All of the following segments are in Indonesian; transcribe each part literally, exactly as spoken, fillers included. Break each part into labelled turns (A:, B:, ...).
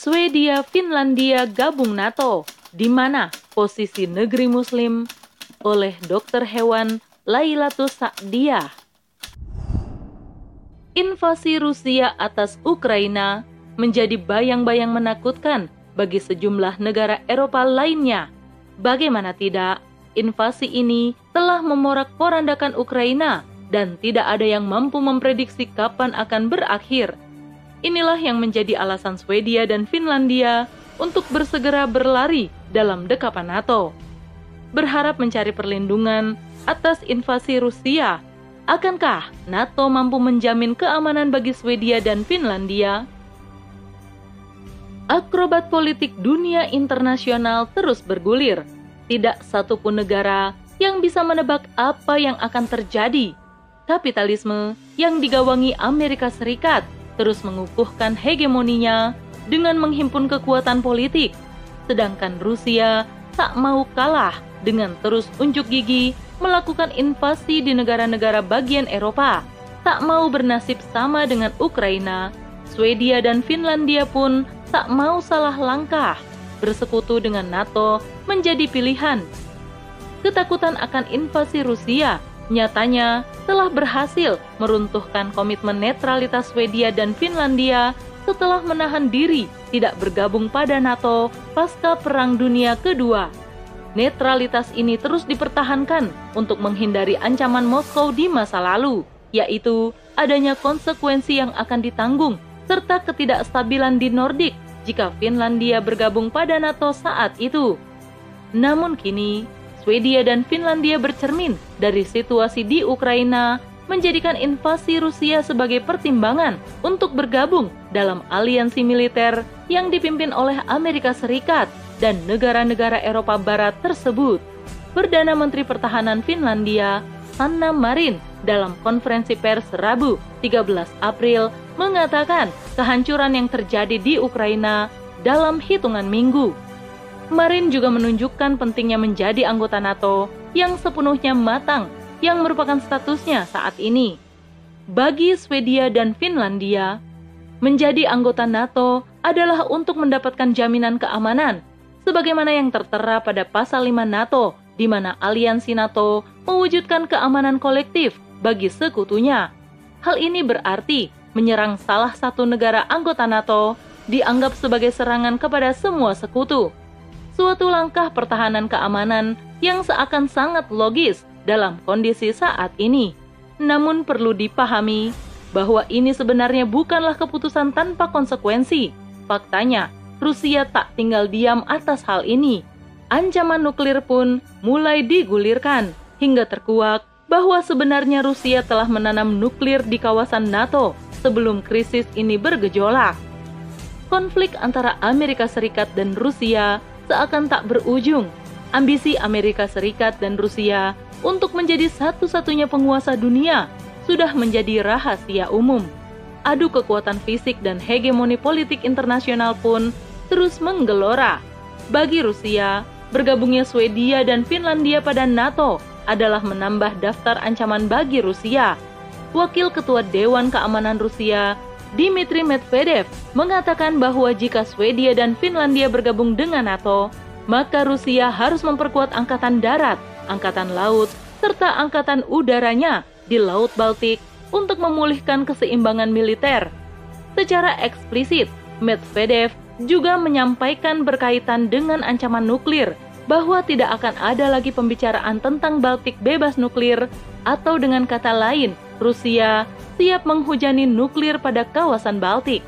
A: Swedia, Finlandia gabung NATO. Di mana posisi negeri Muslim? Oleh dokter hewan Lailatus Sa'diyah. Invasi Rusia atas Ukraina menjadi bayang-bayang menakutkan bagi sejumlah negara Eropa lainnya. Bagaimana tidak, invasi ini telah memorak-porandakan Ukraina dan tidak ada yang mampu memprediksi kapan akan berakhir. Inilah yang menjadi alasan Swedia dan Finlandia untuk bersegera berlari dalam dekapan NATO. Berharap mencari perlindungan atas invasi Rusia. Akankah NATO mampu menjamin keamanan bagi Swedia dan Finlandia? Akrobat politik dunia internasional terus bergulir. Tidak satupun negara yang bisa menebak apa yang akan terjadi. Kapitalisme yang digawangi Amerika Serikat terus mengukuhkan hegemoninya dengan menghimpun kekuatan politik. Sedangkan Rusia tak mau kalah dengan terus unjuk gigi melakukan invasi di negara-negara bagian Eropa. Tak mau bernasib sama dengan Ukraina, Swedia dan Finlandia pun tak mau salah langkah. Bersekutu dengan NATO menjadi pilihan. Ketakutan akan invasi Rusia nyatanya telah berhasil meruntuhkan komitmen netralitas Swedia dan Finlandia setelah menahan diri tidak bergabung pada NATO pasca Perang Dunia Kedua. Netralitas ini terus dipertahankan untuk menghindari ancaman Moskow di masa lalu, yaitu adanya konsekuensi yang akan ditanggung serta ketidakstabilan di Nordik jika Finlandia bergabung pada NATO saat itu. Namun kini, Swedia dan Finlandia bercermin dari situasi di Ukraina menjadikan invasi Rusia sebagai pertimbangan untuk bergabung dalam aliansi militer yang dipimpin oleh Amerika Serikat dan negara-negara Eropa Barat tersebut. Perdana Menteri Pertahanan Finlandia, Sanna Marin, dalam konferensi pers Rabu tiga belas April mengatakan kehancuran yang terjadi di Ukraina dalam hitungan minggu. Marin juga menunjukkan pentingnya menjadi anggota NATO yang sepenuhnya matang, yang merupakan statusnya saat ini. Bagi Swedia dan Finlandia, menjadi anggota NATO adalah untuk mendapatkan jaminan keamanan, sebagaimana yang tertera pada pasal lima NATO, di mana aliansi NATO mewujudkan keamanan kolektif bagi sekutunya. Hal ini berarti menyerang salah satu negara anggota NATO dianggap sebagai serangan kepada semua sekutu. Suatu langkah pertahanan keamanan yang seakan sangat logis dalam kondisi saat ini. Namun perlu dipahami bahwa ini sebenarnya bukanlah keputusan tanpa konsekuensi. Faktanya, Rusia tak tinggal diam atas hal ini. Ancaman nuklir pun mulai digulirkan, hingga terkuak bahwa sebenarnya Rusia telah menanam nuklir di kawasan NATO sebelum krisis ini bergejolak. Konflik antara Amerika Serikat dan Rusia seakan tak berujung. Ambisi Amerika Serikat dan Rusia untuk menjadi satu-satunya penguasa dunia sudah menjadi rahasia umum. Adu kekuatan fisik dan hegemoni politik internasional pun terus menggelora. Bagi Rusia, bergabungnya Swedia dan Finlandia pada NATO adalah menambah daftar ancaman bagi Rusia. Wakil Ketua Dewan Keamanan Rusia, Dmitry Medvedev, mengatakan bahwa jika Swedia dan Finlandia bergabung dengan NATO, maka Rusia harus memperkuat angkatan darat, angkatan laut, serta angkatan udaranya di Laut Baltik untuk memulihkan keseimbangan militer. Secara eksplisit, Medvedev juga menyampaikan berkaitan dengan ancaman nuklir bahwa tidak akan ada lagi pembicaraan tentang Baltik bebas nuklir, atau dengan kata lain, Rusia siap menghujani nuklir pada kawasan Baltik.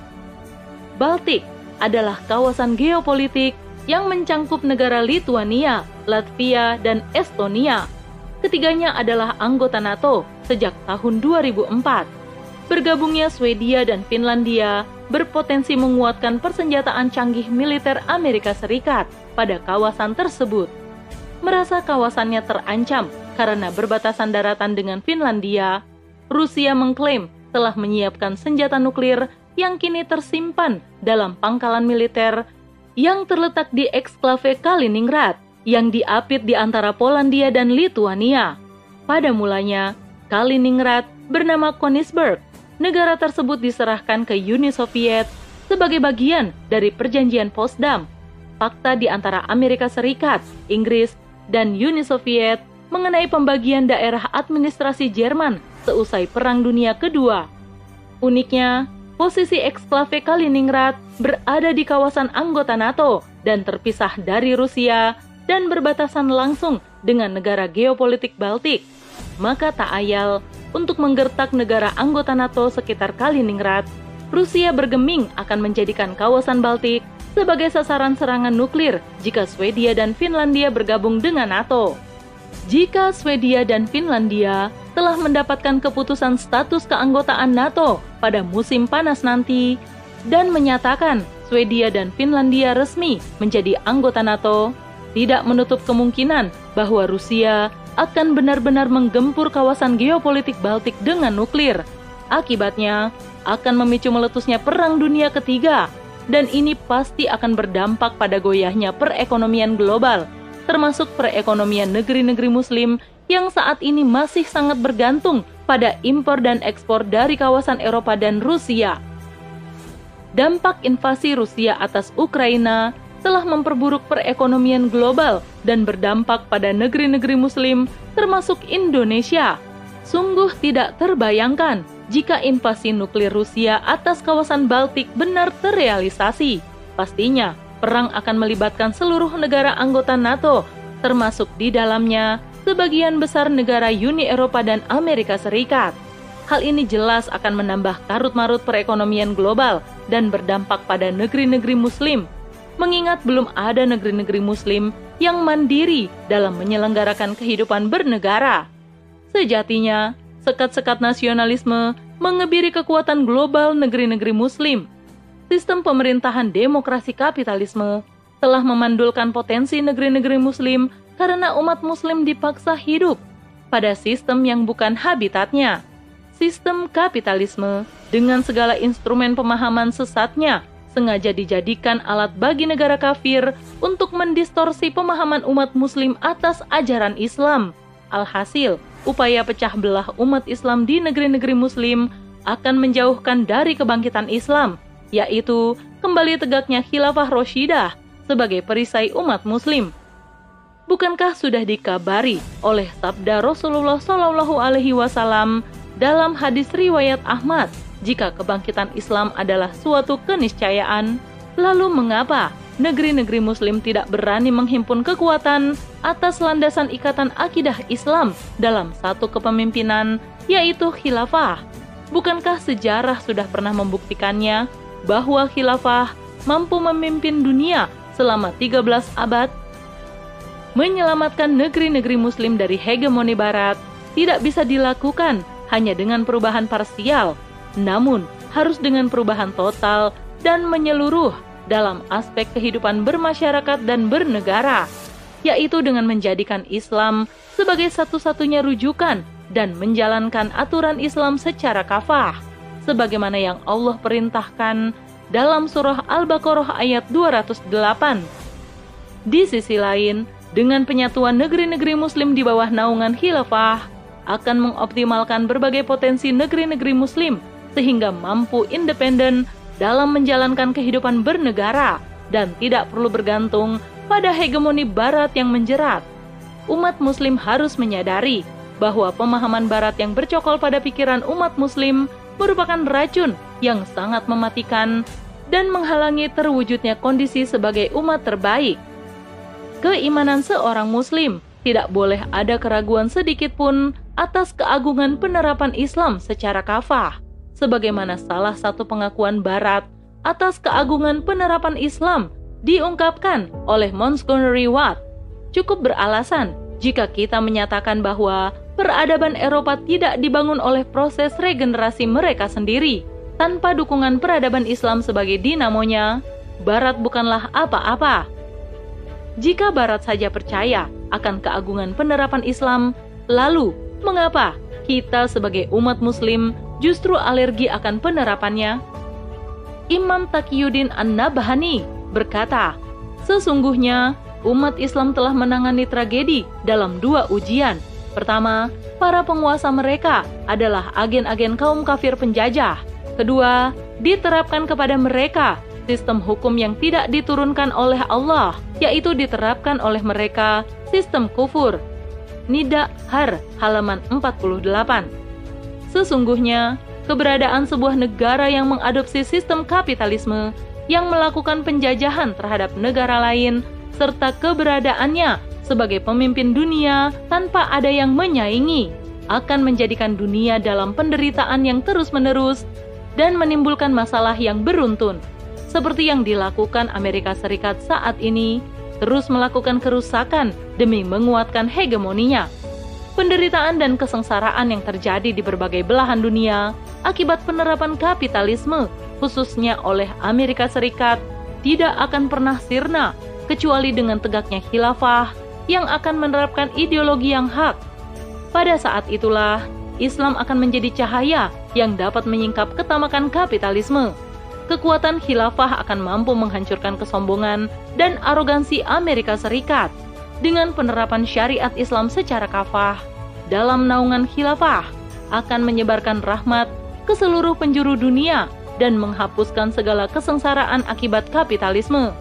A: Baltik adalah kawasan geopolitik yang mencangkup negara Lituania, Latvia, dan Estonia. Ketiganya adalah anggota NATO sejak tahun dua ribu empat. Bergabungnya Swedia dan Finlandia berpotensi menguatkan persenjataan canggih militer Amerika Serikat pada kawasan tersebut. Merasa kawasannya terancam karena berbatasan daratan dengan Finlandia, Rusia mengklaim telah menyiapkan senjata nuklir yang kini tersimpan dalam pangkalan militer yang terletak di eksklave Kaliningrad yang diapit di antara Polandia dan Lituania. Pada mulanya, Kaliningrad bernama Konigsberg. Negara tersebut diserahkan ke Uni Soviet sebagai bagian dari Perjanjian Potsdam. Fakta di antara Amerika Serikat, Inggris, dan Uni Soviet mengenai pembagian daerah administrasi Jerman seusai Perang Dunia Kedua. Uniknya, posisi eksklave Kaliningrad berada di kawasan anggota NATO dan terpisah dari Rusia dan berbatasan langsung dengan negara geopolitik Baltik. Maka tak ayal untuk menggertak negara anggota NATO sekitar Kaliningrad, Rusia bergeming akan menjadikan kawasan Baltik sebagai sasaran serangan nuklir jika Swedia dan Finlandia bergabung dengan NATO. Jika Swedia dan Finlandia telah mendapatkan keputusan status keanggotaan NATO pada musim panas nanti dan menyatakan Swedia dan Finlandia resmi menjadi anggota NATO, tidak menutup kemungkinan bahwa Rusia akan benar-benar menggempur kawasan geopolitik Baltik dengan nuklir. Akibatnya, akan memicu meletusnya Perang Dunia Ketiga, dan ini pasti akan berdampak pada goyahnya perekonomian global, termasuk perekonomian negeri-negeri Muslim yang saat ini masih sangat bergantung pada impor dan ekspor dari kawasan Eropa dan Rusia. Dampak invasi Rusia atas Ukraina telah memperburuk perekonomian global dan berdampak pada negeri-negeri Muslim, termasuk Indonesia. Sungguh tidak terbayangkan jika invasi nuklir Rusia atas kawasan Baltik benar terrealisasi. Pastinya, perang akan melibatkan seluruh negara anggota NATO, termasuk di dalamnya sebagian besar negara Uni Eropa dan Amerika Serikat. Hal ini jelas akan menambah karut-marut perekonomian global dan berdampak pada negeri-negeri Muslim, mengingat belum ada negeri-negeri Muslim yang mandiri dalam menyelenggarakan kehidupan bernegara. Sejatinya, sekat-sekat nasionalisme mengebiri kekuatan global negeri-negeri Muslim. Sistem pemerintahan demokrasi kapitalisme telah memandulkan potensi negeri-negeri Muslim karena umat Muslim dipaksa hidup pada sistem yang bukan habitatnya. Sistem kapitalisme dengan segala instrumen pemahaman sesatnya sengaja dijadikan alat bagi negara kafir untuk mendistorsi pemahaman umat Muslim atas ajaran Islam. Alhasil, upaya pecah belah umat Islam di negeri-negeri Muslim akan menjauhkan dari kebangkitan Islam, yaitu kembali tegaknya Khilafah Rasyidah sebagai perisai umat Muslim. Bukankah sudah dikabari oleh sabda Rasulullah Shallallahu Alaihi Wasallam dalam hadis riwayat Ahmad, jika kebangkitan Islam adalah suatu keniscayaan? Lalu mengapa negeri-negeri Muslim tidak berani menghimpun kekuatan atas landasan ikatan akidah Islam dalam satu kepemimpinan, yaitu khilafah? Bukankah sejarah sudah pernah membuktikannya bahwa khilafah mampu memimpin dunia selama tiga belas abad? Menyelamatkan negeri-negeri Muslim dari hegemoni Barat tidak bisa dilakukan hanya dengan perubahan parsial, namun harus dengan perubahan total dan menyeluruh dalam aspek kehidupan bermasyarakat dan bernegara, yaitu dengan menjadikan Islam sebagai satu-satunya rujukan dan menjalankan aturan Islam secara kafah, sebagaimana yang Allah perintahkan dalam surah Al-Baqarah ayat dua ratus delapan. Di sisi lain, dengan penyatuan negeri-negeri Muslim di bawah naungan khilafah, akan mengoptimalkan berbagai potensi negeri-negeri Muslim sehingga mampu independen dalam menjalankan kehidupan bernegara dan tidak perlu bergantung pada hegemoni Barat yang menjerat. Umat Muslim harus menyadari bahwa pemahaman Barat yang bercokol pada pikiran umat Muslim merupakan racun yang sangat mematikan dan menghalangi terwujudnya kondisi sebagai umat terbaik. Keimanan seorang Muslim tidak boleh ada keraguan sedikit pun atas keagungan penerapan Islam secara kafah, sebagaimana salah satu pengakuan Barat atas keagungan penerapan Islam diungkapkan oleh Montgomery Watt. Cukup beralasan jika kita menyatakan bahwa peradaban Eropa tidak dibangun oleh proses regenerasi mereka sendiri. Tanpa dukungan peradaban Islam sebagai dinamonya, Barat bukanlah apa-apa. Jika Barat saja percaya akan keagungan penerapan Islam, lalu mengapa kita sebagai umat Muslim justru alergi akan penerapannya? Imam Taqiyuddin An-Nabhani berkata, sesungguhnya umat Islam telah menangani tragedi dalam dua ujian. Pertama, para penguasa mereka adalah agen-agen kaum kafir penjajah. Kedua, diterapkan kepada mereka sistem hukum yang tidak diturunkan oleh Allah, yaitu diterapkan oleh mereka sistem kufur. Nida Har halaman empat puluh delapan. Sesungguhnya, keberadaan sebuah negara yang mengadopsi sistem kapitalisme yang melakukan penjajahan terhadap negara lain serta keberadaannya sebagai pemimpin dunia tanpa ada yang menyaingi akan menjadikan dunia dalam penderitaan yang terus-menerus dan menimbulkan masalah yang beruntun, seperti yang dilakukan Amerika Serikat saat ini, terus melakukan kerusakan demi menguatkan hegemoninya. Penderitaan dan kesengsaraan yang terjadi di berbagai belahan dunia akibat penerapan kapitalisme, khususnya oleh Amerika Serikat, tidak akan pernah sirna kecuali dengan tegaknya khilafah yang akan menerapkan ideologi yang hak. Pada saat itulah, Islam akan menjadi cahaya yang dapat menyingkap ketamakan kapitalisme. Kekuatan khilafah akan mampu menghancurkan kesombongan dan arogansi Amerika Serikat dengan penerapan syariat Islam secara kafah. Dalam naungan khilafah akan menyebarkan rahmat ke seluruh penjuru dunia dan menghapuskan segala kesengsaraan akibat kapitalisme.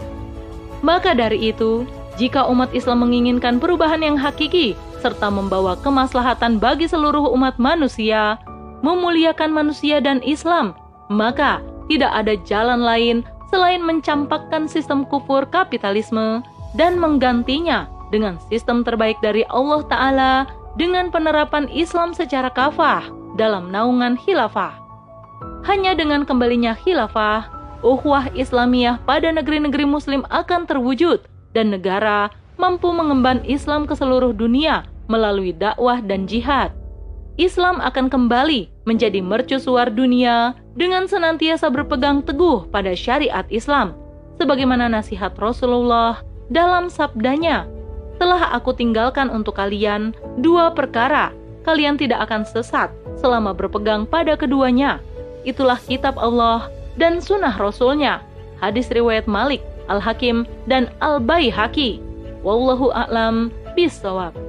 A: Maka dari itu, jika umat Islam menginginkan perubahan yang hakiki serta membawa kemaslahatan bagi seluruh umat manusia, memuliakan manusia dan Islam, maka tidak ada jalan lain selain mencampakkan sistem kufur kapitalisme dan menggantinya dengan sistem terbaik dari Allah Ta'ala dengan penerapan Islam secara kafah dalam naungan khilafah. Hanya dengan kembalinya khilafah, ukhuwah Islamiyah pada negeri-negeri Muslim akan terwujud dan negara mampu mengemban Islam ke seluruh dunia melalui dakwah dan jihad. Islam akan kembali menjadi mercusuar dunia dengan senantiasa berpegang teguh pada syariat Islam, sebagaimana nasihat Rasulullah dalam sabdanya, "Telah aku tinggalkan untuk kalian dua perkara, kalian tidak akan sesat selama berpegang pada keduanya. Itulah kitab Allah dan sunnah Rasulnya." Hadis riwayat Malik, Al-Hakim, dan Al-Baihaqi. Wallahu a'lam bishawab.